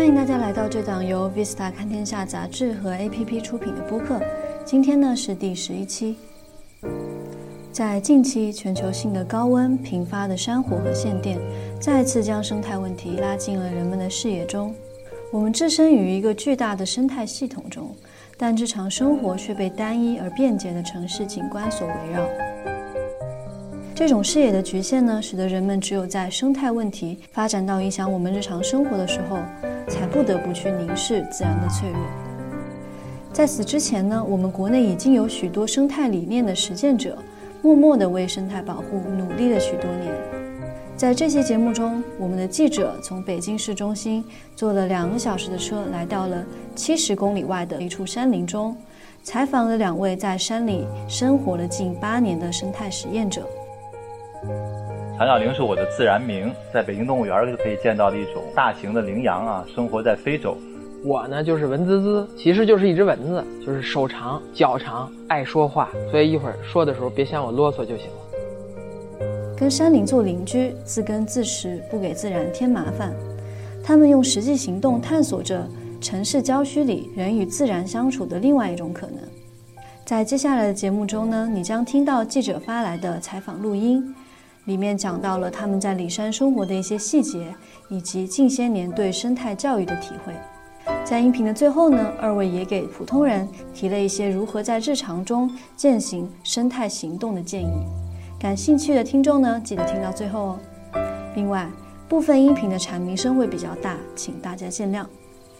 欢迎大家来到这档由 Vista 看天下杂志和 APP 出品的播客。今天呢是第11期。在近期，全球性的高温、频发的山火和限电，再次将生态问题拉进了人们的视野中。我们置身于一个巨大的生态系统中，但日常生活却被单一而便捷的城市景观所围绕。这种视野的局限呢，使得人们只有在生态问题发展到影响我们日常生活的时候，才不得不去凝视自然的脆弱。在此之前呢，我们国内已经有许多生态理念的实践者，默默地为生态保护努力了许多年。在这期节目中，我们的记者从北京市中心坐了2个小时的车，来到了70公里外的一处山林中，采访了2位在山里生活了近8年的生态实验者。 长角羚是我的自然名，在北京动物园就可以见到的一种大型的羚羊啊，生活在非洲。 我呢就是文滋滋，其实就是一只蚊子，就是手长脚长，爱说话，所以一会儿说的时候别嫌我啰嗦就行了。 跟山林做邻居，自耕自食，不给自然添麻烦。他们用实际行动探索着城市郊区里人与自然相处的另外一种可能。在接下来的节目中呢，你将听到记者发来的采访录音，里面讲到了他们在里山生活的一些细节，以及近些年对生态教育的体会。在音频的最后呢，2位也给普通人提了一些如何在日常中践行生态行动的建议。感兴趣的听众呢，记得听到最后哦。另外，部分音频的蝉鸣声会比较大，请大家见谅。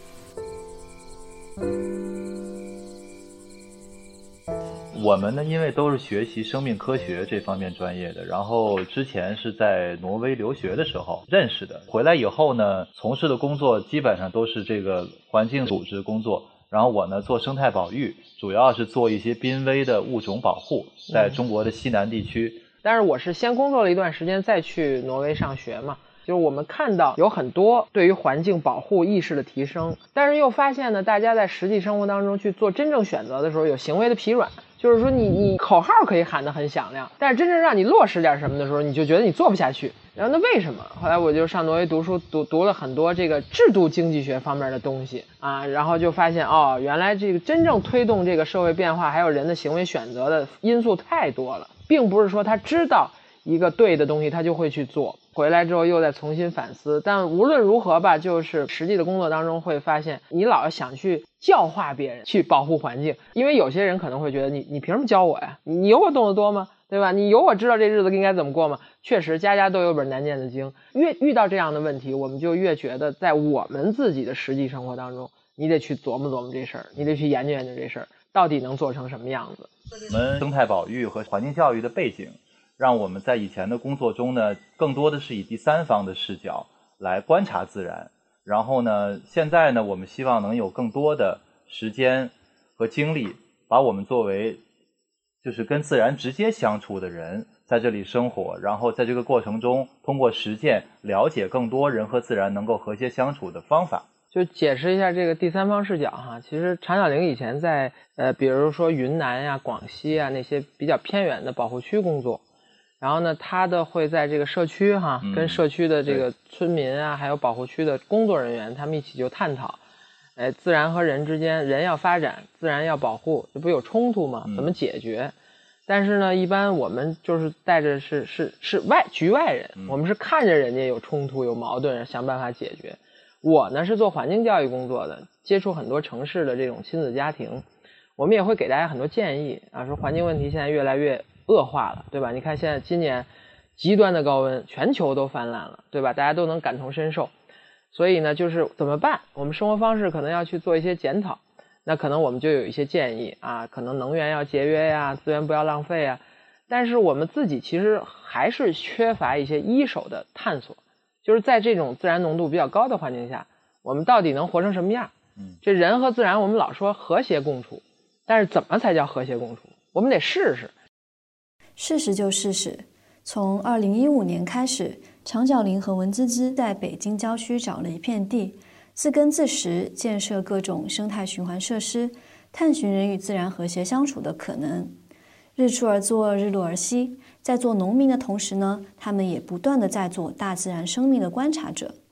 我们呢，因为都是学习生命科学这方面专业的，然后之前是在挪威留学的时候认识的。回来以后呢，从事的工作基本上都是这个环境组织工作。然后我呢做生态保育，主要是做一些濒危的物种保护，在中国的西南地区。 但是我是先工作了一段时间，再去挪威上学嘛。就是我们看到有很多对于环境保护意识的提升，但是又发现呢，大家在实际生活当中去做真正选择的时候，有行为的疲软。就是说你口号可以喊得很响亮，但是真正让你落实点什么的时候，你就觉得你做不下去。然后那为什么？后来我就上挪威读书，读了很多这个制度经济学方面的东西啊，然后就发现原来这个真正推动这个社会变化还有人的行为选择的因素太多了，并不是说他知道一个对的东西他就会去做。回来之后又再重新反思，但无论如何吧，就是实际的工作当中会发现，你老想去教化别人去保护环境，因为有些人可能会觉得你凭什么教我呀？你有我懂得多吗？对吧？你有我知道这日子应该怎么过吗？确实家家都有本难念的经，越遇到这样的问题，我们就越觉得在我们自己的实际生活当中，你得去琢磨琢磨这事儿，你得去研究研究这事儿到底能做成什么样子。 我们生态保育和环境教育的背景让我们在以前的工作中呢，更多的是以第三方的视角来观察自然。然后呢，现在呢，我们希望能有更多的时间和精力，把我们作为就是跟自然直接相处的人，在这里生活，然后在这个过程中，通过实践了解更多人和自然能够和谐相处的方法。 就解释一下这个第三方视角哈，其实长角羚以前在比如说云南呀、广西啊那些比较偏远的保护区工作。然后呢，他会在这个社区哈，跟社区的这个村民啊，还有保护区的工作人员，他们一起就探讨，自然和人之间，人要发展，自然要保护，这不有冲突吗？怎么解决？但是呢，一般我们就是带着是局外人，我们是看着人家有冲突、有矛盾，想办法解决。我呢是做环境教育工作的，接触很多城市的这种亲子家庭，我们也会给大家很多建议啊，说环境问题现在越来越恶化了，对吧？你看现在今年极端的高温，全球都泛滥了，对吧？大家都能感同身受。所以呢，就是怎么办？我们生活方式可能要去做一些检讨。那可能我们就有一些建议啊，可能能源要节约呀，资源不要浪费啊。但是我们自己其实还是缺乏一些一手的探索，就是在这种自然浓度比较高的环境下，我们到底能活成什么样？这人和自然我们老说和谐共处，但是怎么才叫和谐共处？我们得试试。 试试就试试。从2015年开始，长角羚和文滋滋在北京郊区找了一片地，自耕自食，建设各种生态循环设施，探寻人与自然和谐相处的可能。日出而作，日落而息，在做农民的同时呢，他们也不断地在做大自然生命的观察者。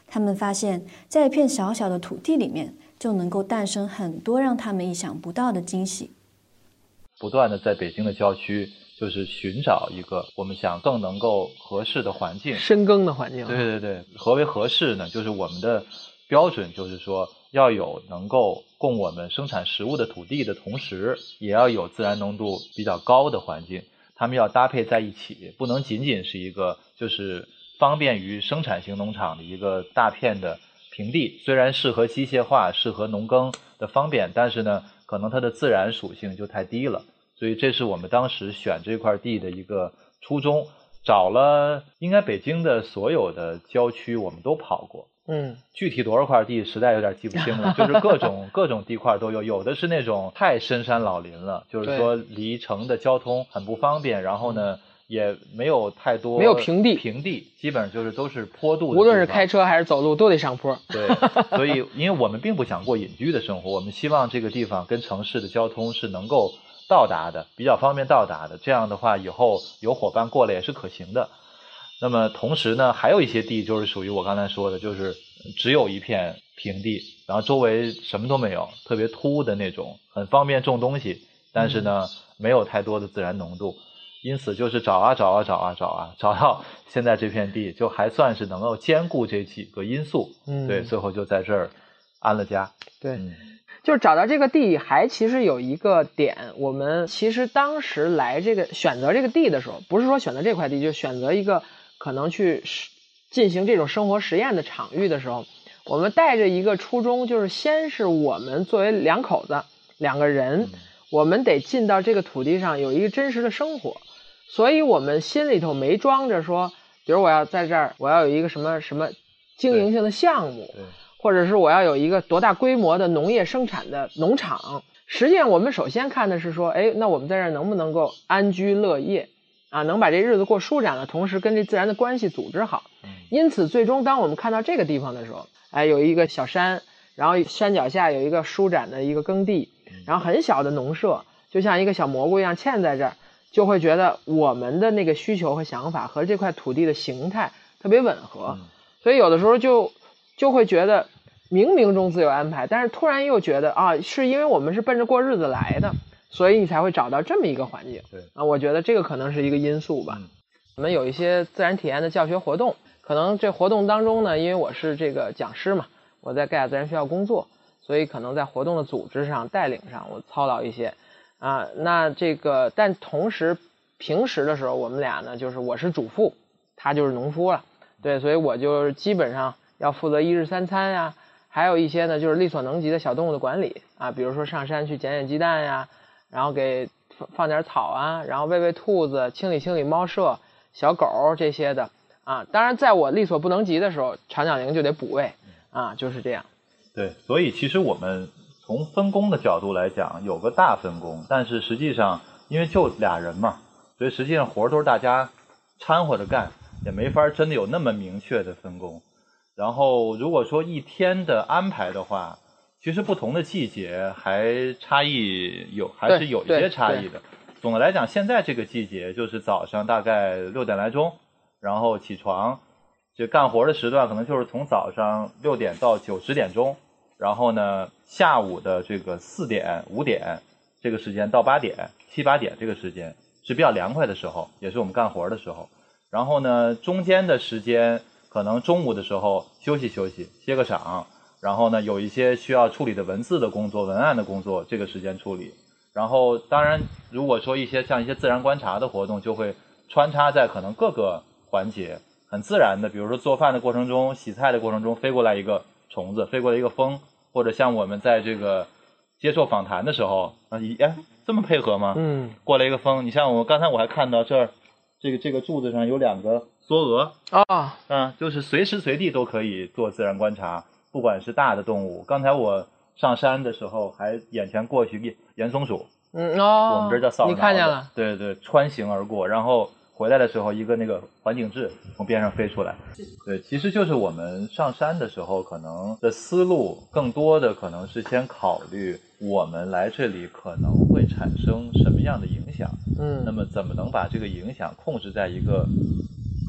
他们发现，在一片小小的土地里面，就能够诞生很多让他们意想不到的惊喜。 不断的在北京的郊区，就是寻找一个我们想更能够合适的环境， 深耕的环境。 对对对，何为合适呢？就是我们的标准，就是说要有能够供我们生产食物的土地的同时，也要有自然浓度比较高的环境，它们要搭配在一起，不能仅仅是一个就是方便于生产型农场的一个大片的平地，虽然适合机械化、适合农耕的方便，但是呢，可能它的自然属性就太低了。所以这是我们当时选这块地的一个初衷。找了应该北京的所有的郊区我们都跑过，具体多少块地实在有点记不清了，就是各种地块都有，有的是那种太深山老林了，就是说离城的交通很不方便，然后呢也没有太多没有平地， 基本上就是都是坡度的， 无论是开车还是走路都得上坡。 对，所以因为我们并不想过隐居的生活，我们希望这个地方跟城市的交通是能够到达的，比较方便到达的，这样的话以后有伙伴过来也是可行的。那么同时呢，还有一些地就是属于我刚才说的，就是只有一片平地，然后周围什么都没有，特别秃的那种，很方便种东西，但是呢没有太多的自然浓度，因此就是找到现在这片地，就还算是能够兼顾这几个因素。对，最后就在这儿安了家。 对，就是找到这个地，还其实有一个点，我们其实当时来这个选择这个地的时候，不是说选择这块地，就选择一个可能去进行这种生活实验的场域的时候，我们带着一个初衷，就是先是我们作为两口子2个人，我们得进到这个土地上有一个真实的生活，所以我们心里头没装着说，比如我要在这儿，我要有一个什么什么经营性的项目，或者是我要有一个多大规模的农业生产的农场。实际上我们首先看的是说，那我们在这儿能不能够安居乐业啊，能把这日子过舒展了，同时跟这自然的关系组织好。因此最终当我们看到这个地方的时候，有一个小山，然后山脚下有一个舒展的一个耕地，然后很小的农舍，就像一个小蘑菇一样嵌在这儿，就会觉得我们的那个需求和想法和这块土地的形态特别吻合。所以有的时候就会觉得冥冥中自有安排，但是突然又觉得是因为我们是奔着过日子来的，所以你才会找到这么一个环境。对我觉得这个可能是一个因素吧。我们有一些自然体验的教学活动，可能这活动当中呢，因为我是这个讲师嘛，我在盖亚自然学校工作，所以可能在活动的组织上带领上我操劳一些那这个但同时平时的时候我们俩呢，就是我是主妇，他就是农夫了。对，所以我就基本上要负责1日3餐呀，还有一些呢就是力所能及的小动物的管理比如说上山去捡鸡蛋呀，然后给放点草然后喂喂兔子，清理猫舍、小狗这些的当然在我力所不能及的时候，长脚羚就得补喂就是这样。 对，所以其实我们从分工的角度来讲有个大分工，但是实际上因为就2人嘛，所以实际上活都是大家掺和着干，也没法真的有那么明确的分工。然后如果说一天的安排的话，其实不同的季节还是有一些差异的。总的来讲，现在这个季节就是早上大概6点来钟，然后起床，就干活的时段可能就是从早上6点到9、10点钟，然后呢下午的这个4点、5点这个时间到8点、7、8点这个时间是比较凉快的时候，也是我们干活的时候。然后呢中间的时间可能中午的时候休息歇个晌，然后呢有一些需要处理的文字的工作、文案的工作，这个时间处理。然后当然如果说像一些自然观察的活动，就会穿插在可能各个环节，很自然的，比如说做饭的过程中、洗菜的过程中飞过来一个虫子，飞过来一个风，或者像我们在这个接受访谈的时候这么配合吗？过来一个风，你像刚才我还看到这儿这个柱子上有2个梭鹅就是随时随地都可以做自然观察，不管是大的动物。刚才我上山的时候还眼前过去岩松鼠，我们这叫扫帚， 你看见了？ 对对，穿行而过，然后回来的时候一个那个环景雉从边上飞出来。对，其实就是我们上山的时候可能的思路更多的可能是先考虑我们来这里可能会产生什么样的影响，那么怎么能把这个影响控制在一个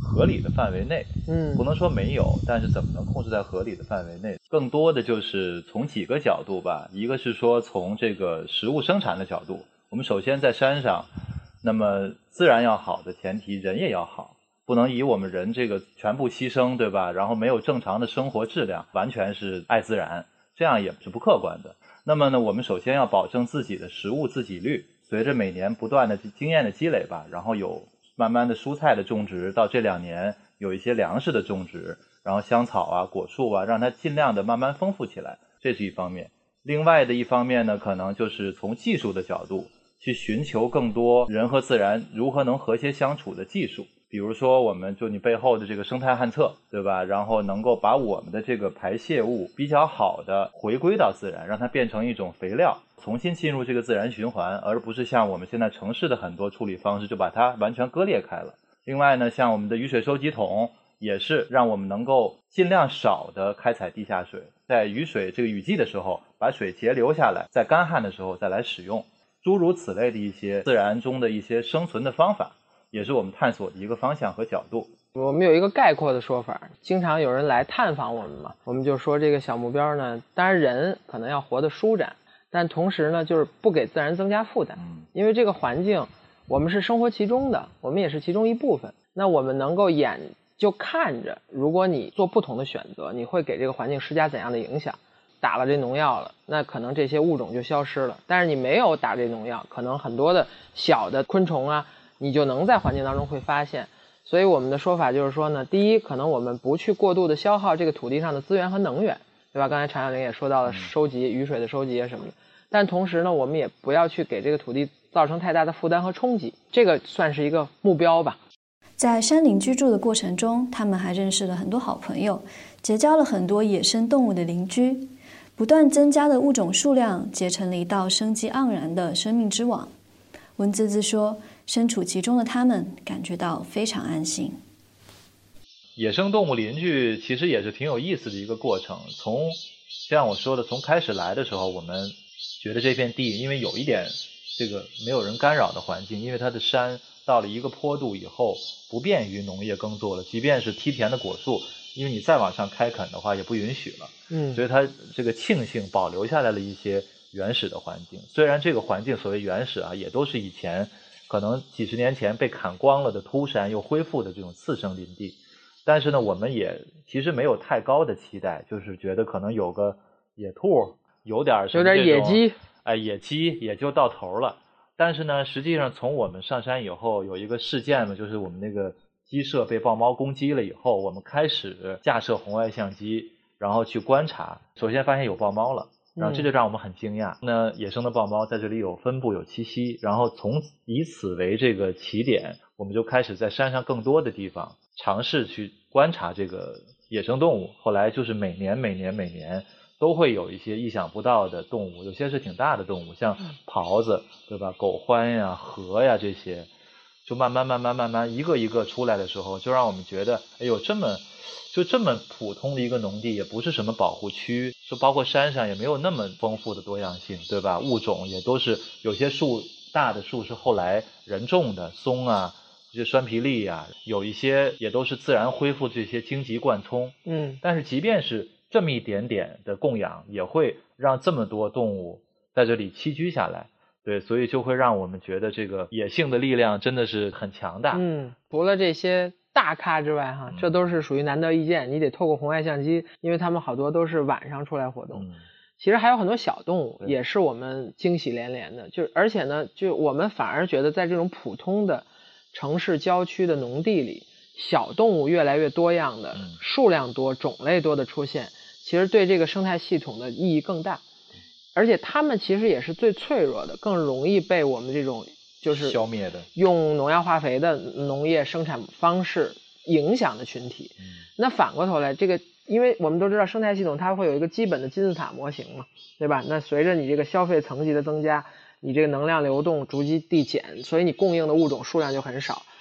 合理的范围内，不能说没有，但是怎么能控制在合理的范围内？更多的就是从几个角度吧，一个是说从这个食物生产的角度，我们首先在山上，那么自然要好的前提，人也要好，不能以我们人这个全部牺牲，对吧？然后没有正常的生活质量，完全是爱自然，这样也是不客观的。那么呢，我们首先要保证自己的食物自给率，随着每年不断的经验的积累吧，然后有慢慢的蔬菜的种植，到这2年有一些粮食的种植，然后香草啊、果树啊，让它尽量的慢慢丰富起来，这是一方面。另外的一方面呢，可能就是从技术的角度去寻求更多人和自然如何能和谐相处的技术。比如说我们就你背后的这个生态旱厕，对吧？然后能够把我们的这个排泄物比较好的回归到自然，让它变成一种肥料，重新进入这个自然循环，而不是像我们现在城市的很多处理方式就把它完全割裂开了。另外呢，像我们的雨水收集桶也是让我们能够尽量少的开采地下水，在雨水这个雨季的时候把水节流下来，在干旱的时候再来使用，诸如此类的一些自然中的一些生存的方法，也是我们探索的一个方向和角度。 我们有一个概括的说法，经常有人来探访我们嘛，我们就说这个小目标呢，当然人可能要活得舒展，但同时呢，就是不给自然增加负担，因为这个环境我们是生活其中的，我们也是其中一部分。那我们能够眼就看着，如果你做不同的选择，你会给这个环境施加怎样的影响？打了这农药了，那可能这些物种就消失了，但是你没有打这农药，可能很多的小的昆虫啊，你就能在环境当中会发现。所以我们的说法就是说呢，第一，可能我们不去过度的消耗这个土地上的资源和能源，对吧？刚才常小玲也说到了收集雨水的收集啊什么的，但同时呢，我们也不要去给这个土地造成太大的负担和冲击，这个算是一个目标吧。 在山林居住的过程中，他们还认识了很多好朋友，结交了很多野生动物的邻居，不断增加的物种数量结成了一道生机盎然的生命之网。温滋滋说，身处其中的他们感觉到非常安心。 野生动物邻居其实也是挺有意思的一个过程，像我说的，从开始来的时候，我们觉得这片地因为有一点这个没有人干扰的环境，因为它的山到了一个坡度以后不便于农业耕作了，即便是梯田的果树，因为你再往上开垦的话也不允许了，所以它这个庆幸保留下来了一些原始的环境。虽然这个环境所谓原始啊，也都是以前可能几十年前被砍光了的秃山又恢复的这种次生林地，但是呢，我们也其实没有太高的期待，就是觉得可能有个野兔，有点野鸡， 野鸡也就到头了。但是呢，实际上从我们上山以后，有一个事件嘛，就是我们那个鸡舍被豹猫攻击了以后，我们开始架设红外相机，然后去观察，首先发现有豹猫了，然后这就让我们很惊讶。那野生的豹猫在这里有分布有栖息，然后以此为这个起点，我们就开始在山上更多的地方尝试去观察这个野生动物。后来就是每年都会有一些意想不到的动物，有些是挺大的动物，像狍子，对吧？狗獾呀、河呀这些，就慢慢一个一个出来的时候，就让我们觉得，哎呦，这么普通的一个农地，也不是什么保护区，就包括山上也没有那么丰富的多样性，对吧？物种也都是有些大的树是后来人种的，松啊，这些栓皮栎啊，有一些也都是自然恢复这些荆棘灌葱。但是即便是这么一点点的供养，也会让这么多动物在这里栖居下来。对，所以就会让我们觉得这个野性的力量真的是很强大。 除了这些大咖之外哈，这都是属于难得一见，你得透过红外相机，因为他们好多都是晚上出来活动。其实还有很多小动物也是我们惊喜连连的，而且呢，就我们反而觉得在这种普通的城市郊区的农地里，小动物越来越多样的，数量多、种类多的出现，其实对这个生态系统的意义更大。而且它们其实也是最脆弱的，更容易被我们这种就是消灭的用农药化肥的农业生产方式影响的群体。那反过头来，这个因为我们都知道生态系统它会有一个基本的金字塔模型嘛，对吧？那随着你这个消费层级的增加，你这个能量流动逐级递减，所以你供应的物种数量就很少。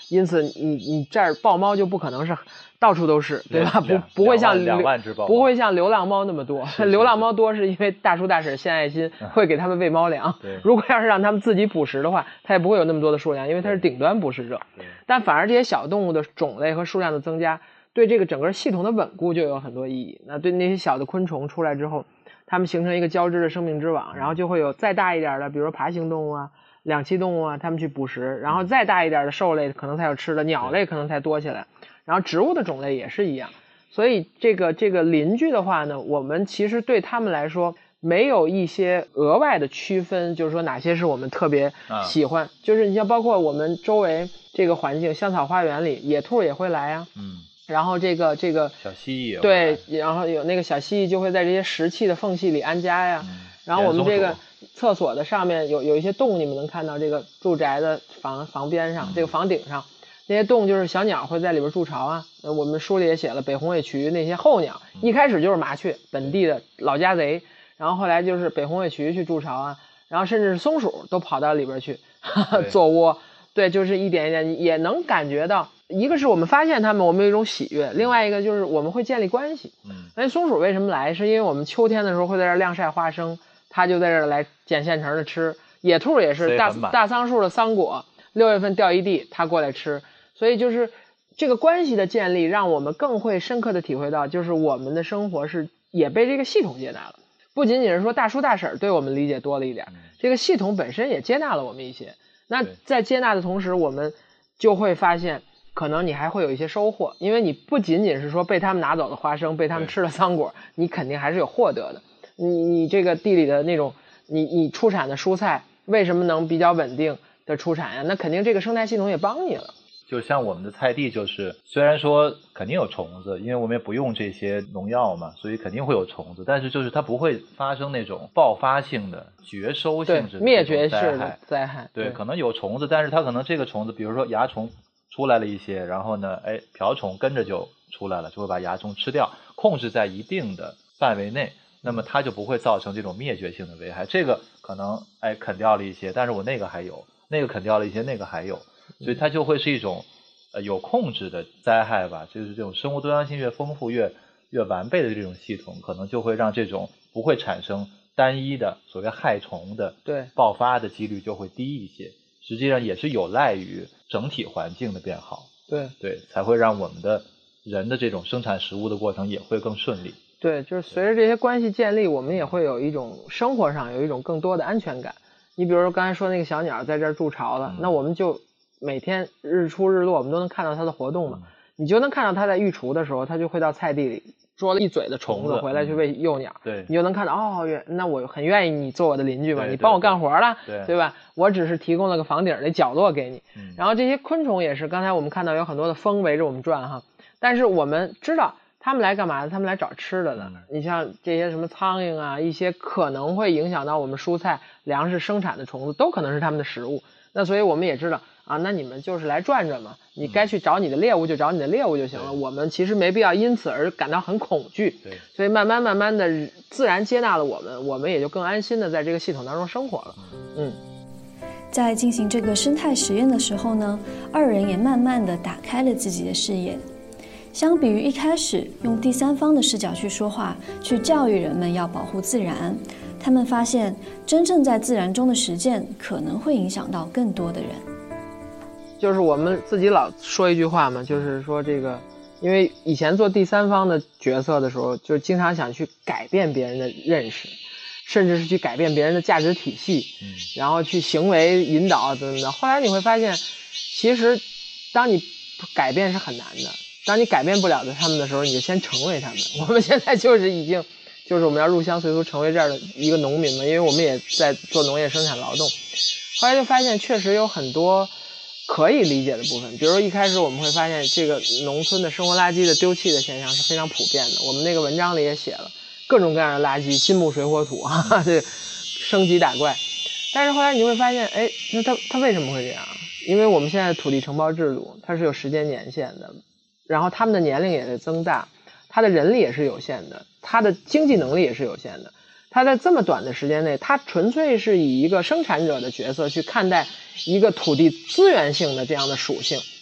因此你这儿豹猫就不可能是到处都是，对吧？不会像 2万只豹猫， 不会像流浪猫那么多。流浪猫多是因为大叔大婶献爱心，会给他们喂猫粮。如果要是让他们自己捕食的话，它也不会有那么多的数量，因为它是顶端捕食者。但反而这些小动物的种类和数量的增加，对这个整个系统的稳固就有很多意义。那对那些小的昆虫出来之后，它们形成一个交织的生命之网，然后就会有再大一点的，比如说爬行动物啊、两栖动物啊，它们去捕食，然后再大一点的兽类可能才有吃的，鸟类可能才多起来，然后植物的种类也是一样。所以这个邻居的话呢，我们其实对他们来说没有一些额外的区分，就是说哪些是我们特别喜欢，就是你像包括我们周围这个环境，香草花园里野兔也会来啊，然后这个小蜥蜴也对，然后有那个小蜥蜴就会在这些石砌的缝隙里安家呀，然后我们这个厕所的上面有一些洞，你们能看到这个住宅的房边上，这个房顶上那些洞就是小鸟会在里边筑巢啊。我们书里也写了北红尾渠那些候鸟，一开始就是麻雀，本地的老家贼，然后后来就是北红尾渠去筑巢啊，然后甚至是松鼠都跑到里边去做窝。对，就是一点一点也能感觉到，一个是我们发现它们，我们有一种喜悦，另外一个就是我们会建立关系。那松鼠为什么来？是因为我们秋天的时候会在这儿晾晒花生，它就在这儿来捡现成的吃。野兔也是大桑树的桑果，6月份掉一地，它过来吃。所以就是这个关系的建立，让我们更会深刻的体会到，就是我们的生活是也被这个系统接纳了。不仅仅是说大叔大婶对我们理解多了一点，这个系统本身也接纳了我们一些。那在接纳的同时，我们就会发现可能你还会有一些收获，因为你不仅仅是说被他们拿走的花生，被他们吃了桑果，你肯定还是有获得的。你这个地里的那种你出产的蔬菜为什么能比较稳定的出产呀？那肯定这个生态系统也帮你了。 就像我们的菜地，就是虽然说肯定有虫子，因为我们也不用这些农药嘛，所以肯定会有虫子，但是就是它不会发生那种爆发性的绝收性质的灭绝式的灾害。 对，可能有虫子，但是它可能这个虫子，比如说蚜虫出来了一些，然后呢，瓢虫跟着就出来了，就会把蚜虫吃掉，控制在一定的范围内，那么它就不会造成这种灭绝性的危害。这个可能啃掉了一些，但是我那个还有，那个啃掉了一些，那个还有。所以它就会是一种有控制的灾害吧，就是这种生物多样性越丰富越完备的这种系统，可能就会让这种不会产生单一的所谓害虫的爆发的几率就会低一些。实际上也是有赖于整体环境的变好，对，才会让我们的人的这种生产食物的过程也会更顺利。 对，就是随着这些关系建立，我们也会有一种生活上有一种更多的安全感。你比如说刚才说那个小鸟在这儿筑巢了，那我们就每天日出日落我们都能看到它的活动嘛，你就能看到它在育雏的时候，它就会到菜地里捉了一嘴的虫子回来去喂幼鸟， 对， 你就能看到那我很愿意你做我的邻居嘛，你帮我干活了，对吧？我只是提供了个房顶的角落给你。然后这些昆虫也是，刚才我们看到有很多的蜂围着我们转哈，但是我们知道他们来干嘛的？他们来找吃的的。你像这些什么苍蝇啊，一些可能会影响到我们蔬菜粮食生产的虫子，都可能是他们的食物。那所以我们也知道啊，那你们就是来转转嘛，你该去找你的猎物就找你的猎物就行了。我们其实没必要因此而感到很恐惧。 对， 所以慢慢的自然接纳了我们也就更安心的在这个系统当中生活了。 在进行这个生态实验的时候呢，二人也慢慢的打开了自己的视野。相比于一开始用第三方的视角去说话，去教育人们要保护自然，他们发现真正在自然中的实践可能会影响到更多的人。 就是我们自己老说一句话嘛，就是说这个，因为以前做第三方的角色的时候，就经常想去改变别人的认识，甚至是去改变别人的价值体系，然后去行为引导等等。后来你会发现，其实当你改变是很难的，当你改变不了他们的时候，你就先成为他们。我们现在就是我们要入乡随俗成为这样的一个农民嘛，因为我们也在做农业生产劳动。后来就发现确实有很多可以理解的部分，比如说一开始我们会发现这个农村的生活垃圾的丢弃的现象是非常普遍的，我们那个文章里也写了各种各样的垃圾，金木水火土啊，这升级打怪。但是后来你会发现，那它为什么会这样？因为我们现在的土地承包制度它是有时间年限的，然后他们的年龄也是增大，他的人力也是有限的，他的经济能力也是有限的。他在这么短的时间内，他纯粹是以一个生产者的角色去看待一个土地资源性的这样的属性，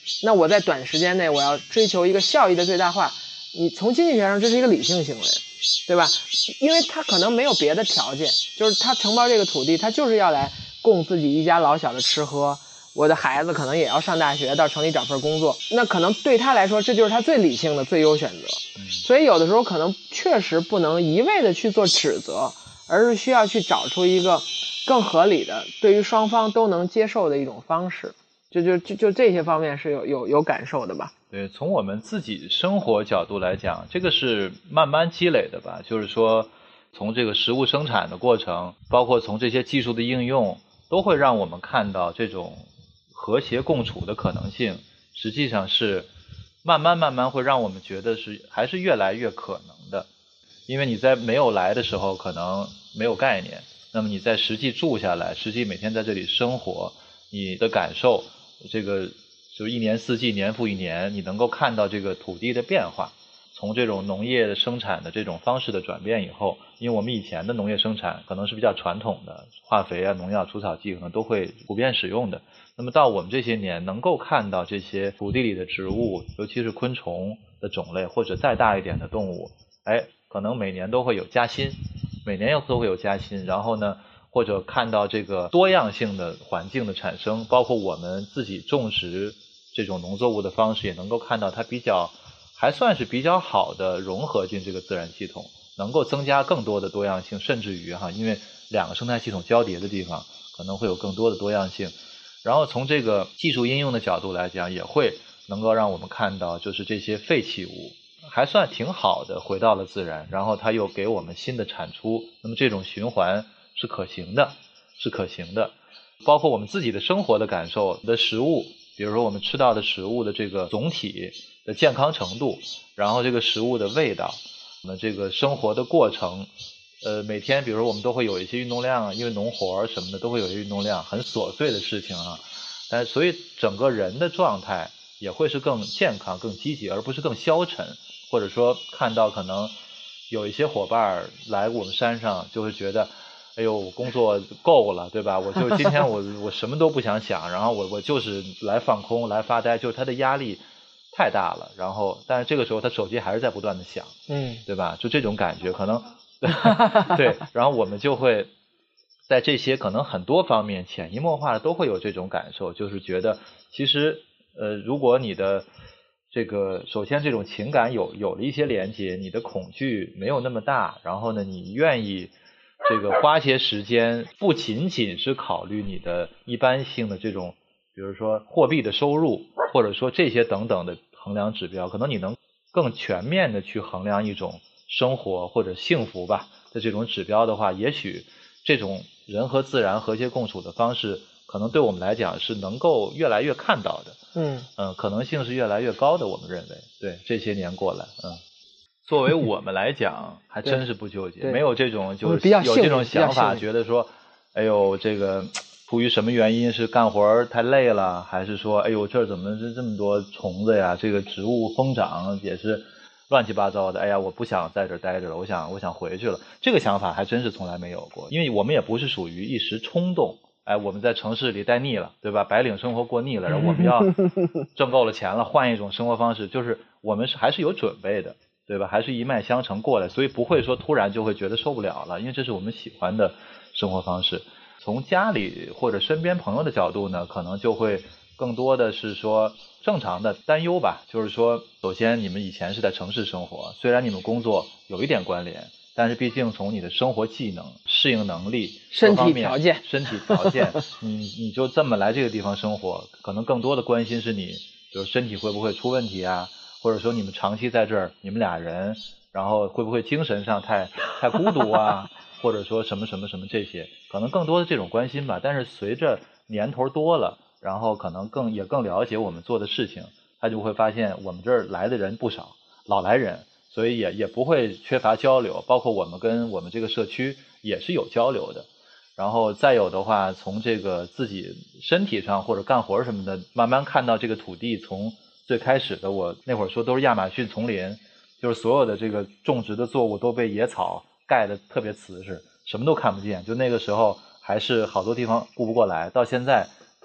那我在短时间内我要追求一个效益的最大化，你从经济学上这是一个理性行为，对吧？因为他可能没有别的条件，就是他承包这个土地，他就是要来供自己一家老小的吃喝，我的孩子可能也要上大学，到城里找份工作，那可能对他来说这就是他最理性的最优选择。所以有的时候可能确实不能一味的去做指责，而是需要去找出一个更合理的对于双方都能接受的一种方式。就这些方面是有感受的吧。 对，从我们自己生活角度来讲，这个是慢慢积累的吧，就是说从这个食物生产的过程，包括从这些技术的应用，都会让我们看到这种和谐共处的可能性，实际上是慢慢会让我们觉得还是越来越可能的。因为你在没有来的时候可能没有概念，那么你在实际住下来，实际每天在这里生活，你的感受，这个就是一年四季年复一年，你能够看到这个土地的变化，从这种农业的生产的这种方式的转变以后，因为我们以前的农业生产可能是比较传统的，化肥啊、农药、除草剂可能都会普遍使用的，那么到我们这些年能够看到这些土地里的植物，尤其是昆虫的种类，或者再大一点的动物，可能每年都会有加薪，都会有加薪，然后呢或者看到这个多样性的环境的产生，包括我们自己种植这种农作物的方式，也能够看到它还算是比较好的融合进这个自然系统，能够增加更多的多样性，甚至于因为两个生态系统交叠的地方可能会有更多的多样性。然后从这个技术应用的角度来讲，也会能够让我们看到就是这些废弃物还算挺好的回到了自然，然后它又给我们新的产出，那么这种循环是可行的。包括我们自己的生活的感受的食物，比如说我们吃到的食物的这个总体的健康程度，然后这个食物的味道，我们这个生活的过程，每天比如说我们都会有一些运动量，因为农活什么的都会有一些运动量，很琐碎的事情但所以整个人的状态也会是更健康更积极，而不是更消沉，或者说看到可能有一些伙伴来我们山上就会觉得哎呦我工作够了，对吧，我就今天我什么都不想想，然后我就是来放空来发呆，就是他的压力太大了，然后但是这个时候他手机还是在不断的响，对吧，就这种感觉可能对，然后我们就会在这些可能很多方面潜移默化的都会有这种感受，就是觉得其实如果你的这个首先这种情感有了一些连接，你的恐惧没有那么大，然后呢你愿意这个花些时间，不仅仅是考虑你的一般性的这种比如说货币的收入，或者说这些等等的衡量指标，可能你能更全面的去衡量一种生活或者幸福吧的这种指标的话，也许这种人和自然和谐共处的方式可能对我们来讲是能够越来越看到的，可能性是越来越高的，我们认为。对，这些年过来作为我们来讲还真是不纠结，没有这种就是有这种想法觉得说哎呦这个出于什么原因，是干活太累了，还是说哎呦这儿怎么是这么多虫子呀，这个植物疯长也是乱七八糟的，哎呀我不想在这儿待着了，我想回去了，这个想法还真是从来没有过，因为我们也不是属于一时冲动，我们在城市里待腻了，对吧，白领生活过腻了，然后我们要挣够了钱了换一种生活方式，就是我们还是有准备的，对吧，还是一脉相承过来，所以不会说突然就会觉得受不了了，因为这是我们喜欢的生活方式。从家里或者身边朋友的角度呢，可能就会更多的是说正常的担忧吧，就是说首先你们以前是在城市生活，虽然你们工作有一点关联，但是毕竟从你的生活技能、适应能力、 身体条件你就这么来这个地方生活，可能更多的关心是你比如身体会不会出问题啊，或者说你们长期在这儿你们俩人，然后会不会精神上太孤独啊或者说什么这些，可能更多的这种关心吧。但是随着年头多了，然后可能更了解我们做的事情，他就会发现我们这儿来的人不少，老来人，所以也不会缺乏交流，包括我们跟我们这个社区也是有交流的。然后再有的话，从这个自己身体上或者干活什么的，慢慢看到这个土地从最开始的我那会儿说都是亚马逊丛林，就是所有的这个种植的作物都被野草盖得特别瓷实，什么都看不见，就那个时候还是好多地方顾不过来，到现在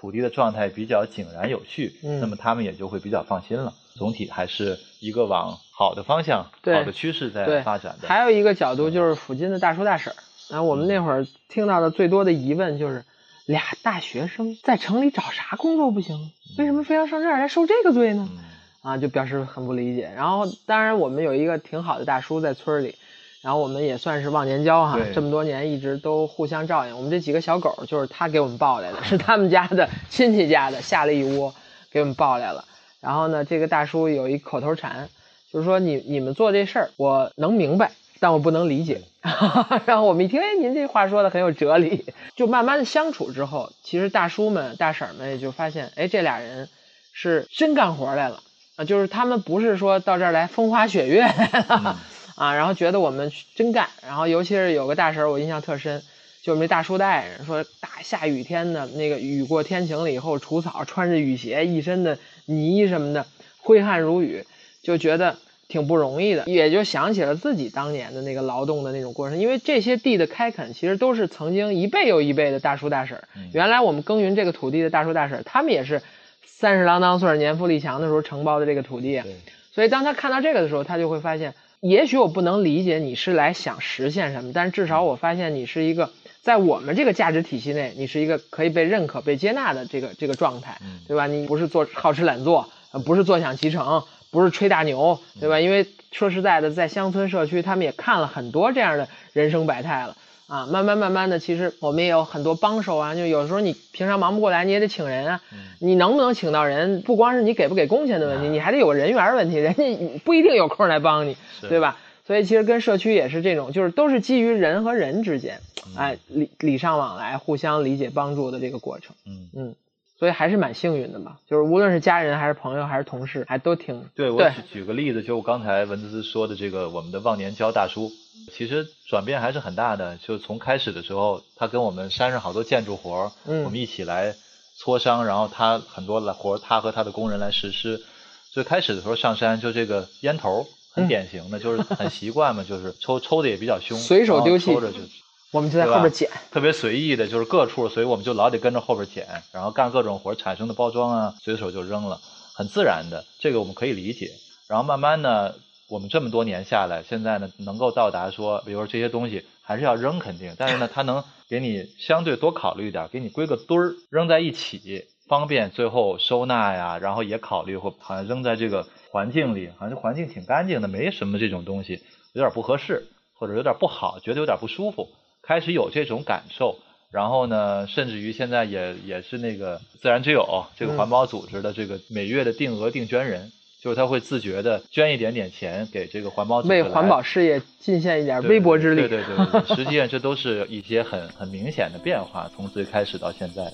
土地的状态比较井然有序，那么他们也就会比较放心了。总体还是一个往好的方向、好的趋势在发展的。 还有一个角度就是附近的大叔大婶，然后我们那会儿听到的最多的疑问就是俩大学生在城里找啥工作不行，为什么非要上这儿来受这个罪呢？就表示很不理解。然后当然我们有一个挺好的大叔在村里，然后我们也算是忘年交哈，这么多年一直都互相照应。我们这几个小狗就是他给我们抱来的，是他们家的亲戚家的，下了一窝给我们抱来了。然后呢，这个大叔有一口头禅，就是说你们做这事儿我能明白，但我不能理解。然后我们一听，您这话说的很有哲理。就慢慢的相处之后，其实大叔们大婶们也就发现，这俩人是真干活来了就是他们不是说到这儿来风花雪月来了然后觉得我们真干。然后尤其是有个大婶我印象特深，就我们这大叔大人说，大下雨天的那个雨过天晴了以后除草，穿着雨鞋，一身的泥什么的，挥汗如雨，就觉得挺不容易的，也就想起了自己当年的那个劳动的那种过程。因为这些地的开垦其实都是曾经一辈又一辈的大叔大婶原来我们耕耘这个土地的大叔大婶他们也是30郎当岁年富力强的时候承包的这个土地所以当他看到这个的时候，他就会发现，也许我不能理解你是来想实现什么，但是至少我发现你是一个在我们这个价值体系内，你是一个可以被认可被接纳的这个状态对吧？你不是做好吃懒做，不是坐享其成，不是吹大牛对吧？因为说实在的，在乡村社区他们也看了很多这样的人生百态了慢慢的，其实我们也有很多帮手就有时候你平常忙不过来，你也得请人你能不能请到人，不光是你给不给工钱的问题你还得有人员问题，人家不一定有空来帮你对吧？所以其实跟社区也是这种，就是都是基于人和人之间礼尚往来，互相理解帮助的这个过程所以还是蛮幸运的吧，就是无论是家人还是朋友还是同事，还都挺对。我举个例子，就我刚才文思思说的这个我们的忘年交大叔，其实转变还是很大的。就从开始的时候，他跟我们山上好多建筑活我们一起来磋商，然后他很多活他和他的工人来实施。最开始的时候上山，就这个烟头很典型的，就是很习惯嘛，就是抽的也比较凶， 随手丢弃， 抽着就我们就在后边捡， 特别随意的，就是各处，所以我们就老得跟着后边捡，然后干各种活产生的包装随手就扔了，很自然的，这个我们可以理解。然后慢慢呢，我们这么多年下来，现在呢能够到达说，比如说这些东西还是要扔肯定，但是呢它能给你相对多考虑一点，给你归个堆儿，扔在一起，方便最后收纳呀，然后也考虑或好像扔在这个环境里，好像环境挺干净的，没什么这种东西有点不合适或者有点不好，觉得有点不舒服，开始有这种感受。然后呢，甚至于现在也是那个自然之友这个环保组织的这个每月的定额定捐人，就是他会自觉的捐一点点钱给这个环保组织， 为环保事业尽献一点微薄之力。 对，实际上这都是一些很明显的变化，从最开始到现在的。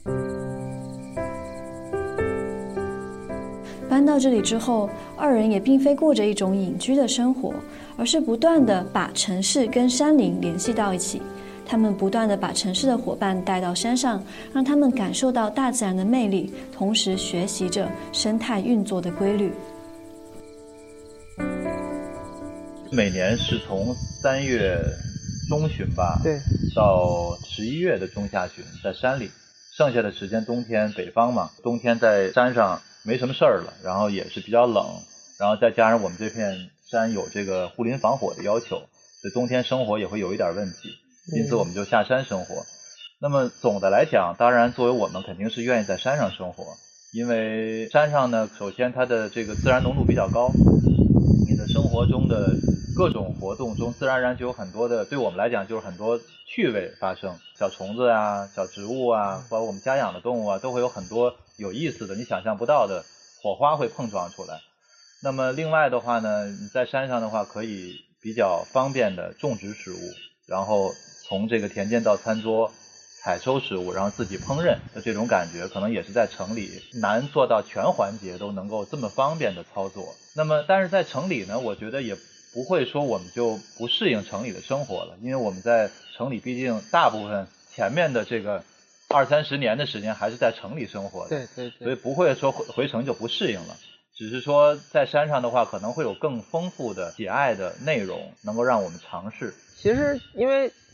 搬到这里之后，二人也并非过着一种隐居的生活，而是不断地把城市跟山林联系到一起。他们不断地把城市的伙伴带到山上，让他们感受到大自然的魅力，同时学习着生态运作的规律。 每年是从3月中旬吧， 对， 到11月的中下旬，在山里，剩下的时间冬天北方嘛，冬天在山上没什么事儿了，然后也是比较冷，然后再加上我们这片山有这个护林防火的要求，所以冬天生活也会有一点问题，因此我们就下山生活。那么总的来讲，当然作为我们肯定是愿意在山上生活，因为山上呢，首先它的这个自然浓度比较高，你的生活中的各种活动中自然而然就有很多的，对我们来讲就是很多趣味发生，小虫子啊，小植物啊，包括我们家养的动物啊，都会有很多有意思的你想象不到的火花会碰撞出来。那么另外的话呢，你在山上的话可以比较方便的种植食物，然后从这个田间到餐桌采收食物，然后自己烹饪的这种感觉，可能也是在城里难做到全环节都能够这么方便的操作。那么但是在城里呢，我觉得也不会说我们就不适应城里的生活了，因为我们在城里毕竟大部分前面的这个20-30年的时间还是在城里生活的， 对， 所以不会说回城就不适应了，只是说在山上的话可能会有更丰富的喜爱的内容能够让我们尝试。 其实因为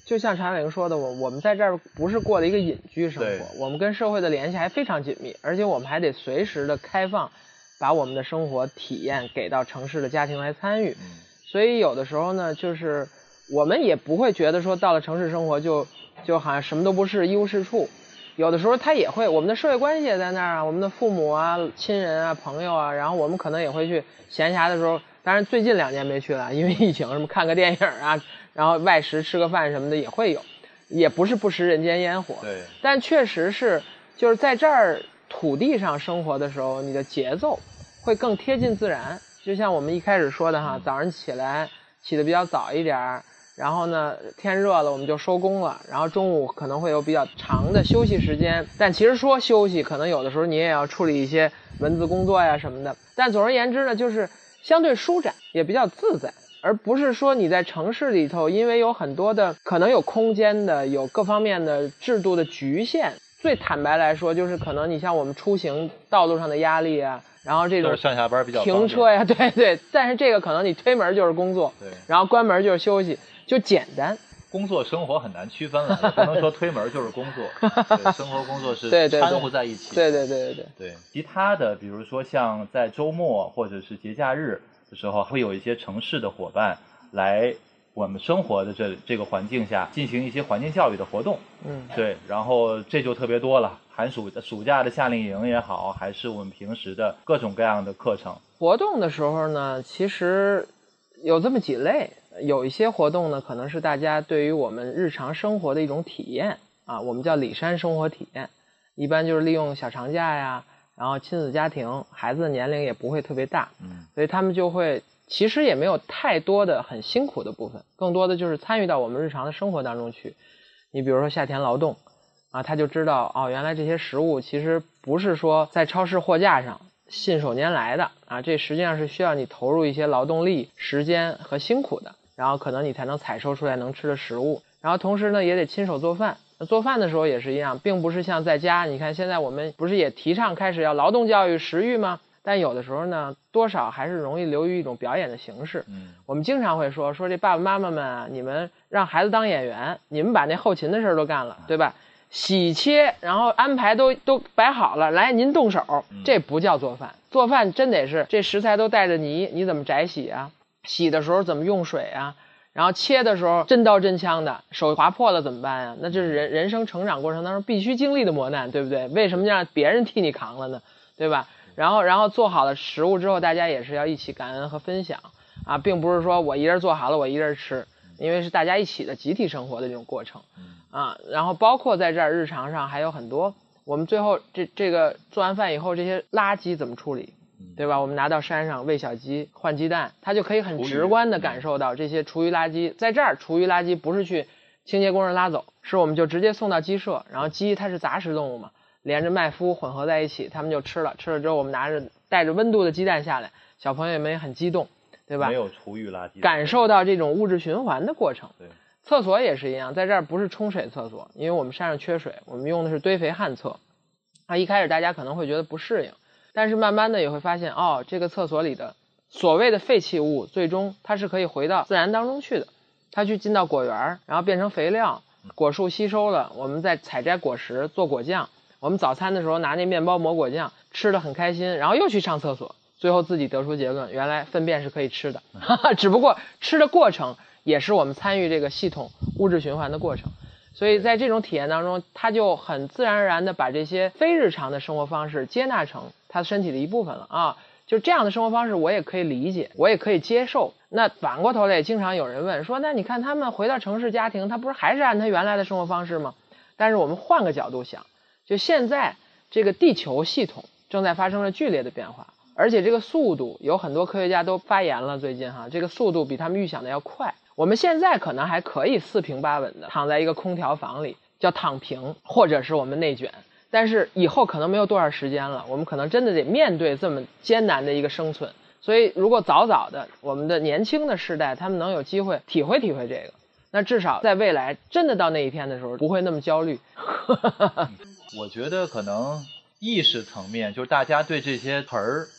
就像常玲说的，我们在这儿不是过了一个隐居生活，我们跟社会的联系还非常紧密，而且我们还得随时的开放，把我们的生活体验给到城市的家庭来参与。所以有的时候呢，就是我们也不会觉得说到了城市生活就好像什么都不是，一无是处。有的时候他也会，我们的社会关系也在那儿啊，我们的父母啊、亲人啊、朋友啊，然后我们可能也会去闲暇的时候，当然最近2年没去了，因为疫情，什么看个电影啊，然后外食吃个饭什么的也会有，也不是不食人间烟火。 对， 但确实是就是在这儿土地上生活的时候，你的节奏会更贴近自然。就像我们一开始说的哈，早上起来起得比较早一点，然后呢天热了我们就收工了，然后中午可能会有比较长的休息时间，但其实说休息可能有的时候你也要处理一些文字工作呀什么的，但总而言之呢，就是相对舒展也比较自在，而不是说你在城市里头因为有很多的可能有空间的有各方面的制度的局限。最坦白来说，就是可能你像我们出行道路上的压力啊，然后这种上下班比较停车呀，对对，但是这个可能你推门就是工作， 对， 然后关门就是休息，就简单。 工作生活很难区分了，也不能说推门就是工作，对，生活工作是掺和在一起。 对对对对对对，其他的比如说像在周末或者是节假日的时候，会有一些城市的伙伴来我们生活的这个环境下进行一些环境教育的活动，对，然后这就特别多了，暑假的夏令营也好，还是我们平时的各种各样的课程。 活动的时候呢，其实有这么几类，有一些活动呢，可能是大家对于我们日常生活的一种体验啊，我们叫里山生活体验，一般就是利用小长假呀，然后亲子家庭，孩子的年龄也不会特别大，所以他们就会其实也没有太多的很辛苦的部分，更多的就是参与到我们日常的生活当中去。你比如说夏天劳动啊，他就知道哦，原来这些食物其实不是说在超市货架上信手拈来的啊，这实际上是需要你投入一些劳动力、时间和辛苦的，然后可能你才能采收出来能吃的食物。然后同时呢，也得亲手做饭。做饭的时候也是一样，并不是像在家，你看现在我们不是也提倡开始要劳动教育、食育吗？但有的时候呢，多少还是容易流于一种表演的形式。我们经常会说这爸爸妈妈们啊，你们让孩子当演员，你们把那后勤的事都干了，对吧？洗切，然后安排都摆好了，来您动手，这不叫做饭。做饭真得是这食材都带着泥，你怎么摘洗啊？洗的时候怎么用水啊？然后切的时候真刀真枪的，手划破了怎么办呀？那这是人生成长过程当中必须经历的磨难，对不对？为什么让别人替你扛了呢？对吧？然后做好了食物之后，大家也是要一起感恩和分享啊，并不是说我一人做好了我一人吃，因为是大家一起的集体生活的这种过程啊。然后包括在这儿日常上还有很多，我们最后这个做完饭以后这些垃圾怎么处理，对吧？我们拿到山上喂小鸡换鸡蛋，它就可以很直观的感受到这些厨余垃圾。在这儿厨余垃圾不是去清洁工人拉走，是我们就直接送到鸡舍，然后鸡它是杂食动物嘛，连着麦麸混合在一起，他们就吃了之后我们带着温度的鸡蛋下来，小朋友们也很激动，对吧？ 没有厨余垃圾， 感受到这种物质循环的过程。 对， 厕所也是一样，在这儿不是冲水厕所，因为我们山上缺水，我们用的是堆肥旱厕。一开始大家可能会觉得不适应，但是慢慢的也会发现这个厕所里的所谓的废弃物最终它是可以回到自然当中去的，它去进到果园，然后变成肥料，果树吸收了，我们再采摘果实做果酱，我们早餐的时候拿那面包抹果酱吃得很开心，然后又去上厕所，最后自己得出结论，原来粪便是可以吃的只不过吃的过程也是我们参与这个系统物质循环的过程。所以在这种体验当中，他就很自然而然的把这些非日常的生活方式接纳成他身体的一部分了啊。就这样的生活方式我也可以理解，我也可以接受。那反过头来也经常有人问说，那你看他们回到城市家庭，他不是还是按他原来的生活方式吗？但是我们换个角度想，就现在这个地球系统正在发生了剧烈的变化，而且这个速度有很多科学家都发言了，最近这个速度比他们预想的要快。我们现在可能还可以四平八稳的躺在一个空调房里叫躺平，或者是我们内卷，但是以后可能没有多少时间了，我们可能真的得面对这么艰难的一个生存。所以如果早的我们的年轻的世代他们能有机会体会这个，那至少在未来真的到那一天的时候不会那么焦虑我觉得可能意识层面就是大家对这些词儿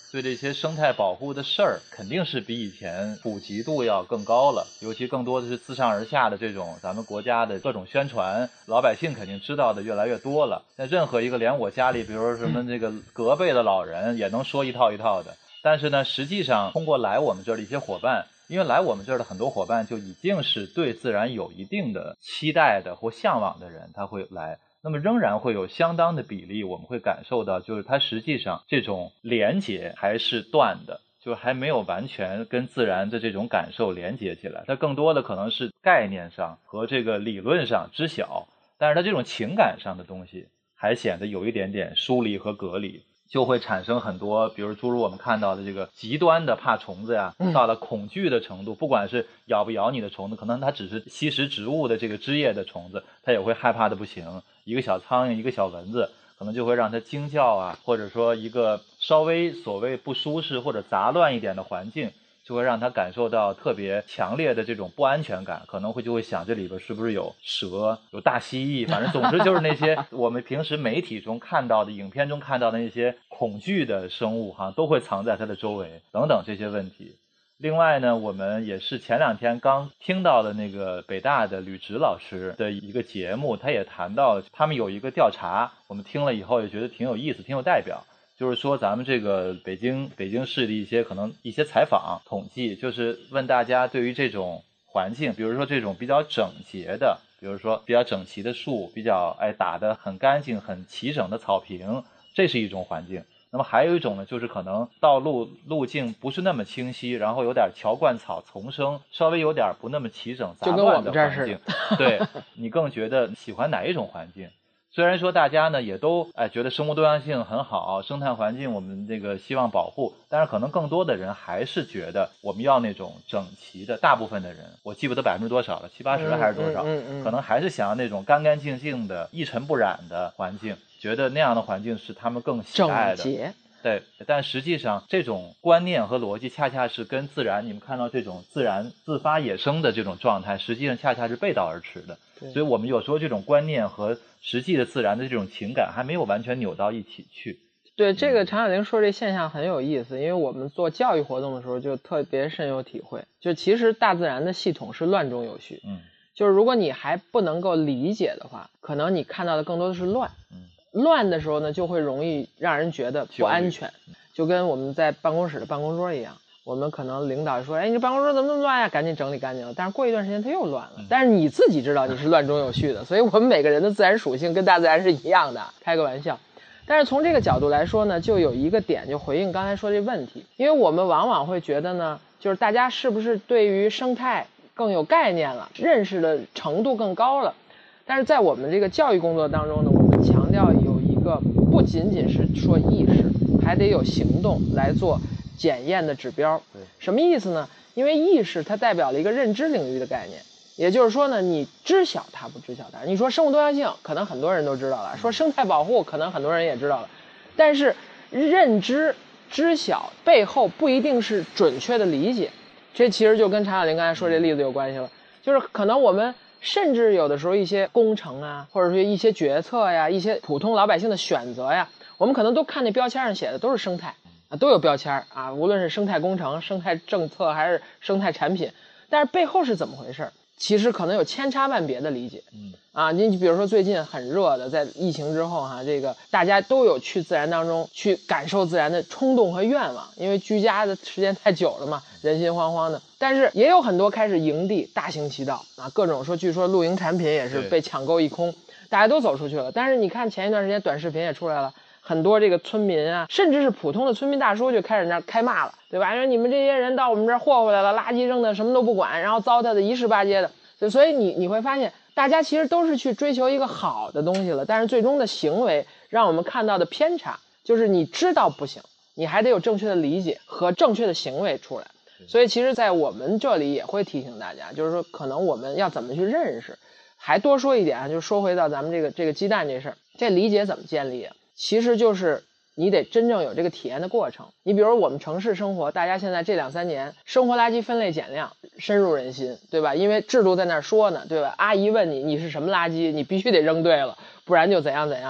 对这些生态保护的事儿肯定是比以前普及度要更高了，尤其更多的是自上而下的这种咱们国家的各种宣传，老百姓肯定知道的越来越多了。那任何一个连我家里比如说什么这个隔辈的老人也能说一套一套的，但是呢实际上通过来我们这儿的一些伙伴，因为来我们这儿的很多伙伴就已经是对自然有一定的期待的或向往的人，他会来，那么仍然会有相当的比例我们会感受到，就是它实际上这种连结还是断的，就还没有完全跟自然的这种感受连接起来，它更多的可能是概念上和这个理论上知晓，但是它这种情感上的东西还显得有一点点疏离和隔离，就会产生很多比如诸如我们看到的这个极端的怕虫子呀，到了恐惧的程度，不管是咬不咬你的虫子，可能它只是吸食植物的这个枝叶的虫子，它也会害怕的不行，一个小苍蝇一个小蚊子可能就会让它惊叫啊，或者说一个稍微所谓不舒适或者杂乱一点的环境就会让他感受到特别强烈的这种不安全感，可能就会想这里边是不是有蛇有大蜥蜴，反正总之就是那些我们平时媒体中看到的影片中看到的那些恐惧的生物都会藏在它的周围等等这些问题。另外呢，我们也是前2天刚听到的那个北大的吕植老师的一个节目，他也谈到他们有一个调查，我们听了以后也觉得挺有意思挺有代表，就是说咱们这个北京市的一些采访统计，就是问大家对于这种环境，比如说这种比较整洁的，比如说比较整齐的树，比较打得很干净很齐整的草坪，这是一种环境。那么还有一种呢，就是可能道路路径不是那么清晰，然后有点乔灌草丛生，稍微有点不那么齐整杂乱的环境。对，你更觉得喜欢哪一种环境？虽然说大家呢也都觉得生物多样性很好，生态环境我们这个希望保护，但是可能更多的人还是觉得我们要那种整齐的，大部分的人我记不得多少了，70-80%还是多少，可能还是想要那种干干净净的一尘不染的环境，觉得那样的环境是他们更喜爱的。 整洁。 对，但实际上这种观念和逻辑恰恰是跟自然，你们看到这种自然自发野生的这种状态，实际上恰恰是背道而驰的。所以我们有时候这种观念和实际的自然的这种情感还没有完全扭到一起去。 对，这个常小玲说这现象很有意思，因为我们做教育活动的时候就特别深有体会，就其实大自然的系统是乱中有序。就是如果你还不能够理解的话，可能你看到的更多的是乱。乱的时候呢，就会容易让人觉得不安全，就跟我们在办公室的办公桌一样，我们可能领导说，你这办公桌怎么那么乱呀，赶紧整理干净了，但是过一段时间它又乱了，但是你自己知道你是乱中有序的，所以我们每个人的自然属性跟大自然是一样的，开个玩笑。但是从这个角度来说呢，就有一个点就回应刚才说这问题，因为我们往往会觉得呢，就是大家是不是对于生态更有概念了，认识的程度更高了，但是在我们这个教育工作当中呢，我们强调有一个不仅仅是说意识，还得有行动来做检验的指标。什么意思呢？因为意识它代表了一个认知领域的概念，也就是说呢，你知晓它不知晓它。你说生物多样性，可能很多人都知道了；说生态保护，可能很多人也知道了。但是认知、知晓背后不一定是准确的理解。这其实就跟常小玲刚才说这例子有关系了，就是可能我们甚至有的时候一些工程啊，或者说一些决策呀，一些普通老百姓的选择呀，我们可能都看那标签上写的都是生态啊，都有标签啊，无论是生态工程、生态政策还是生态产品，但是背后是怎么回事，其实可能有千差万别的理解。你比如说最近很热的，在疫情之后这个大家都有去自然当中去感受自然的冲动和愿望，因为居家的时间太久了嘛，人心惶惶的。但是也有很多开始营地大行其道各种说，据说露营产品也是被抢购一空，大家都走出去了。但是你看前一段时间短视频也出来了，很多这个村民啊，甚至是普通的村民大叔就开始那开骂了，对吧？说你们这些人到我们这儿霍回来了，垃圾扔的什么都不管，然后糟蹋的一事八街的。所以你会发现大家其实都是去追求一个好的东西了，但是最终的行为让我们看到的偏差，就是你知道不行，你还得有正确的理解和正确的行为出来。所以其实在我们这里也会提醒大家，就是说可能我们要怎么去认识。还多说一点就是说回到咱们这个鸡蛋这事儿，这理解怎么建立其实就是你得真正有这个体验的过程。你比如我们城市生活，大家现在这2-3年生活垃圾分类减量深入人心，对吧？因为制度在那儿说呢，对吧？阿姨问你是什么垃圾，你必须得扔对了，不然就怎样怎样。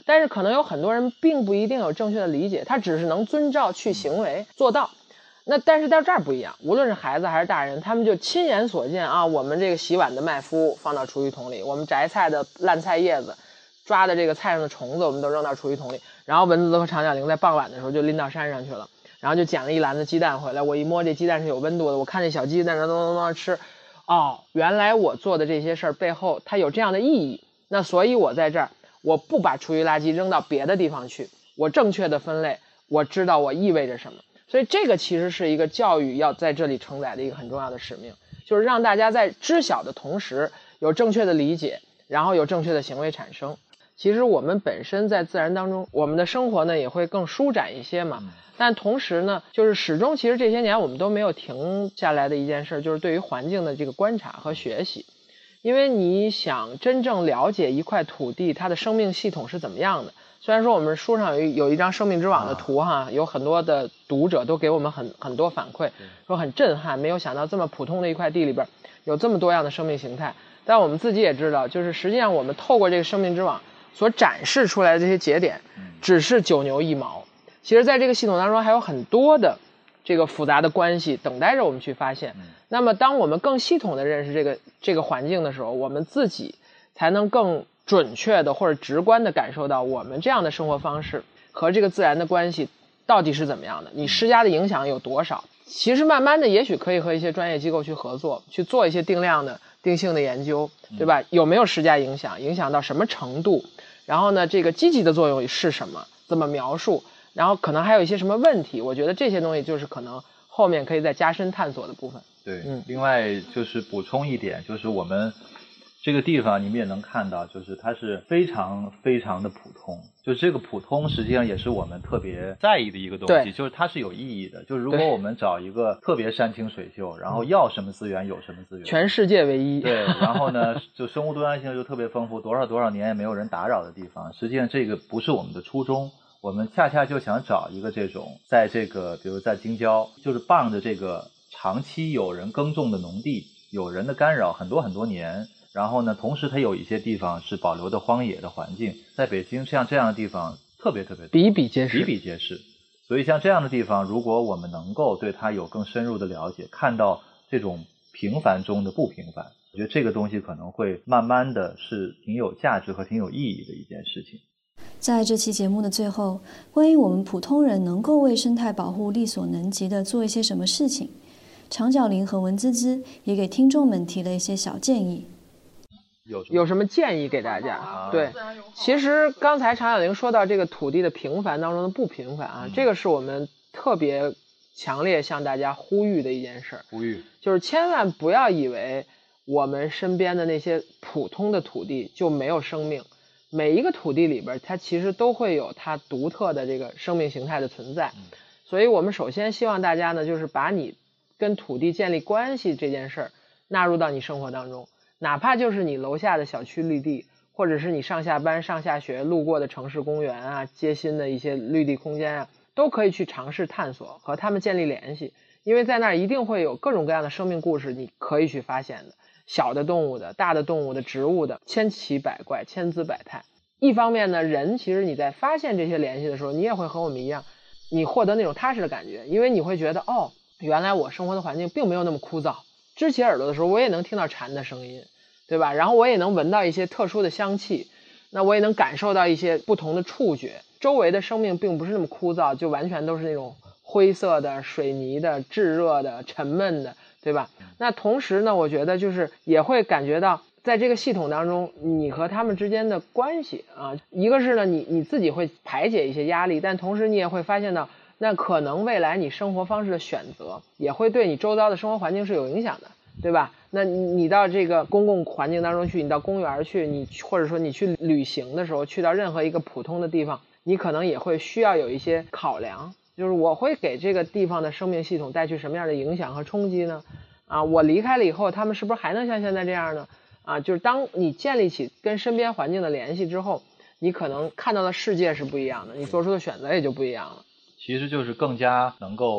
但是可能有很多人并不一定有正确的理解，他只是能遵照去行为做到。那但是到这儿不一样，无论是孩子还是大人，他们就亲眼所见啊，我们这个洗碗的麦麸放到厨余桶里，我们摘菜的烂菜叶子，抓的这个菜上的虫子我们都扔到厨余桶里，然后蚊子和长脚铃在傍晚的时候就拎到山上去了，然后就捡了一篮子鸡蛋回来，我一摸这鸡蛋是有温度的，我看这小鸡蛋咚咚咚吃，哦，原来我做的这些事儿背后它有这样的意义，那所以我在这儿我不把厨余垃圾扔到别的地方去，我正确的分类，我知道我意味着什么。所以这个其实是一个教育要在这里承载的一个很重要的使命，就是让大家在知晓的同时有正确的理解，然后有正确的行为产生。其实我们本身在自然当中，我们的生活呢也会更舒展一些嘛，但同时呢就是始终其实这些年我们都没有停下来的一件事，就是对于环境的这个观察和学习。因为你想真正了解一块土地它的生命系统是怎么样的，虽然说我们书上有一张生命之网的图哈，有很多的读者都给我们很多反馈，说很震撼，没有想到这么普通的一块地里边有这么多样的生命形态。但我们自己也知道，就是实际上我们透过这个生命之网所展示出来的这些节点只是九牛一毛，其实在这个系统当中还有很多的这个复杂的关系等待着我们去发现。那么当我们更系统的认识这个环境的时候，我们自己才能更准确的或者直观的感受到我们这样的生活方式和这个自然的关系到底是怎么样的，你施加的影响有多少。其实慢慢的也许可以和一些专业机构去合作，去做一些定性的研究，对吧？有没有施加影响，影响到什么程度，然后呢这个积极的作用是什么，怎么描述，然后可能还有一些什么问题，我觉得这些东西就是可能后面可以再加深探索的部分。 对，另外就是补充一点，就是我们这个地方你们也能看到，就是它是非常非常的普通，就是这个普通实际上也是我们特别在意的一个东西，就是它是有意义的。就是如果我们找一个特别山清水秀，然后要什么资源有什么资源， 全世界唯一， 对，然后呢就生物多样性就特别丰富，多少年也没有人打扰的地方，实际上这个不是我们的初衷。我们恰恰就想找一个这种在这个比如在京郊，就是傍着这个长期有人耕种的农地，有人的干扰很多年，然后呢同时它有一些地方是保留的荒野的环境，在北京像这样的地方特别多， 比比皆是。所以像这样的地方，如果我们能够对它有更深入的了解，看到这种平凡中的不平凡，我觉得这个东西可能会慢慢的是挺有价值和挺有意义的一件事情。 在这期节目的最后，关于我们普通人能够为生态保护力所能及的做一些什么事情，长脚铃和文滋滋也给听众们提了一些小建议。 有什么建议给大家？对，其实刚才长脚铃说到这个土地的平凡当中的不平凡啊，这个是我们特别强烈向大家呼吁的一件事。就是千万不要以为我们身边的那些普通的土地就没有生命，每一个土地里边它其实都会有它独特的这个生命形态的存在。所以我们首先希望大家呢，就是把你跟土地建立关系这件事儿纳入到你生活当中，哪怕就是你楼下的小区绿地，或者是你上下班上下学路过的城市公园啊，街心的一些绿地空间啊，都可以去尝试探索，和他们建立联系。因为在那儿一定会有各种各样的生命故事你可以去发现的，小的动物的，大的动物的，植物的，千奇百怪，千姿百态。一方面呢，人其实你在发现这些联系的时候，你也会和我们一样，你获得那种踏实的感觉，因为你会觉得哦，原来我生活的环境并没有那么枯燥，支起耳朵的时候我也能听到蝉的声音，对吧？然后我也能闻到一些特殊的香气，那我也能感受到一些不同的触觉，周围的生命并不是那么枯燥，就完全都是那种灰色的、水泥的、炙热的、沉闷的，对吧？那同时呢，我觉得就是也会感觉到在这个系统当中你和他们之间的关系啊，一个是呢你自己会排解一些压力，但同时你也会发现到那可能未来你生活方式的选择也会对你周遭的生活环境是有影响的，对吧？那你到这个公共环境当中去，你到公园去，你或者说你去旅行的时候，去到任何一个普通的地方，你可能也会需要有一些考量，就是我会给这个地方的生命系统带去什么样的影响和冲击呢？啊，我离开了以后他们是不是还能像现在这样呢？啊，就是当你建立起跟身边环境的联系之后，你可能看到的世界是不一样的，你做出的选择也就不一样了。 其实就是更加能够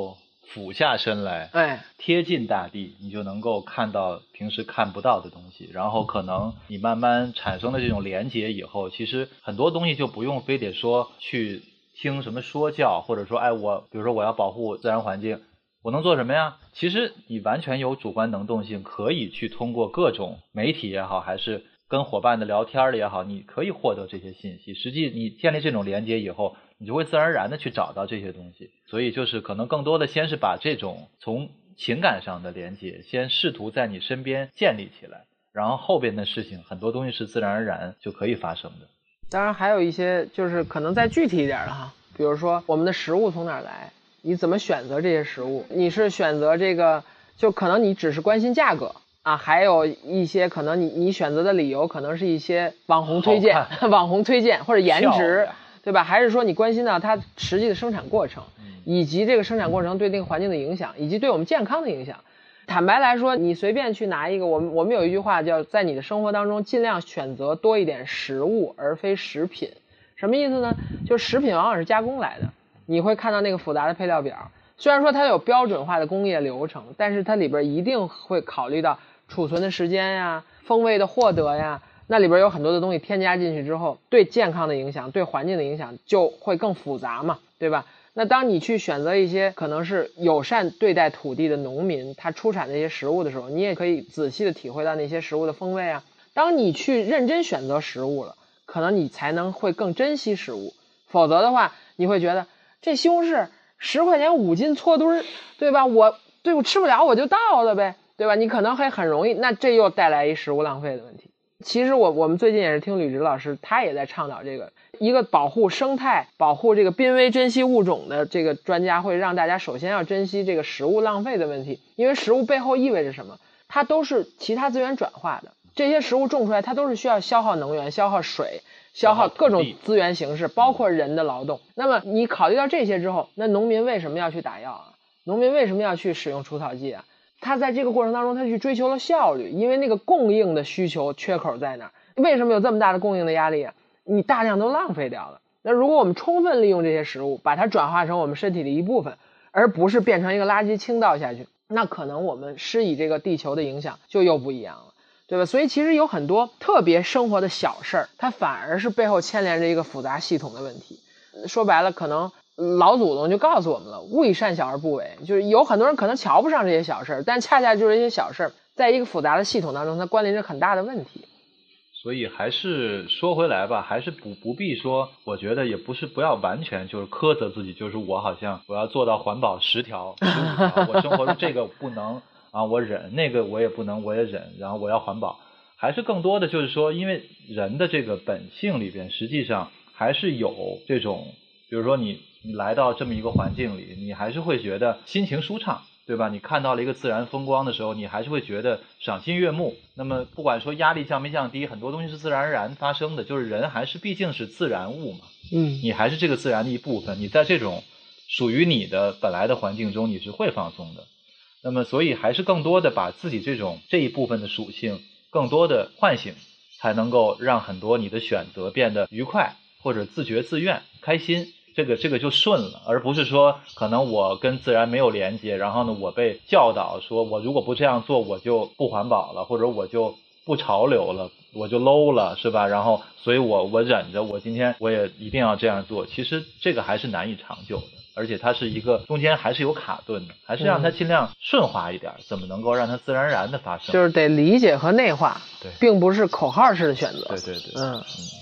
俯下身来，贴近大地，你就能够看到平时看不到的东西。然后可能你慢慢产生了这种连结以后，其实很多东西就不用非得说去听什么说教，或者说比如说我要保护自然环境，我能做什么呀？其实你完全有主观能动性，可以去通过各种媒体也好，还是跟伙伴的聊天也好，你可以获得这些信息。实际你建立这种连接以后，你就会自然而然的去找到这些东西。所以就是可能更多的先是把这种从情感上的连接先试图在你身边建立起来，然后后边的事情很多东西是自然而然就可以发生的。 当然还有一些就是可能再具体一点的哈，比如说我们的食物从哪儿来，你怎么选择这些食物，你是选择这个就可能你只是关心价格啊，还有一些可能你选择的理由可能是一些网红推荐或者颜值，对吧？还是说你关心到它实际的生产过程，以及这个生产过程对那个环境的影响，以及对我们健康的影响。坦白来说，你随便去拿一个，我们有一句话叫在你的生活当中尽量选择多一点食物而非食品。什么意思呢？就是食品往往是加工来的，你会看到那个复杂的配料表，虽然说它有标准化的工业流程，但是它里边一定会考虑到储存的时间呀、风味的获得呀，那里边有很多的东西添加进去之后，对健康的影响、对环境的影响就会更复杂嘛，对吧？那当你去选择一些可能是友善对待土地的农民他出产的一些食物的时候，你也可以仔细的体会到那些食物的风味啊。当你去认真选择食物了，可能你才能会更珍惜食物，否则的话你会觉得这西红柿10块钱5斤搓堆儿，对吧？我吃不了我就倒了呗，对吧？你可能会很容易，那这又带来一食物浪费的问题。其实我们最近也是听吕植老师，他也在倡导这个一个保护生态、保护这个濒危珍稀物种的这个专家会让大家首先要珍惜这个食物浪费的问题，因为食物背后意味着什么？它都是其他资源转化的，这些食物种出来它都是需要消耗能源、消耗水、消耗各种资源形式，包括人的劳动。那么你考虑到这些之后，那农民为什么要去打药啊？农民为什么要去使用除草剂啊？他在这个过程当中他去追求了效率，因为那个供应的需求缺口在哪儿？为什么有这么大的供应的压力啊？你大量都浪费掉了。那如果我们充分利用这些食物，把它转化成我们身体的一部分，而不是变成一个垃圾倾倒下去，那可能我们施以这个地球的影响就又不一样了，对吧？所以其实有很多特别生活的小事儿，它反而是背后牵连着一个复杂系统的问题。说白了，可能老祖宗就告诉我们了，勿以善小而不为，就是有很多人可能瞧不上这些小事儿，但恰恰就是这些小事儿在一个复杂的系统当中，它关联着很大的问题。 所以还是说回来吧，还是不必说，我觉得也不要完全就是苛责自己，就是我好像我要做到环保10条15条，我生活中这个不能啊，我忍，那个我也不能，我也忍，然后我要环保。还是更多的就是说，因为人的这个本性里边，实际上还是有这种，比如说你来到这么一个环境里，你还是会觉得心情舒畅，对吧？你看到了一个自然风光的时候，你还是会觉得赏心悦目。那么不管说压力降没降低，很多东西是自然而然发生的，就是人还是毕竟是自然物嘛，你还是这个自然的一部分，你在这种属于你的本来的环境中，你是会放松的。那么所以还是更多的把自己这一部分的属性更多的唤醒，才能够让很多你的选择变得愉快，或者自觉自愿开心，这个就顺了，而不是说可能我跟自然没有连接，然后呢我被教导说我如果不这样做我就不环保了，或者我就不潮流了，我就 low 了，是吧？然后所以我忍着，我今天我也一定要这样做，其实这个还是难以长久的，而且它是一个中间还是有卡顿的，还是让它尽量顺滑一点，怎么能够让它自然而然的发生， 就是得理解和内化， 对， 并不是口号式的选择。 对对对，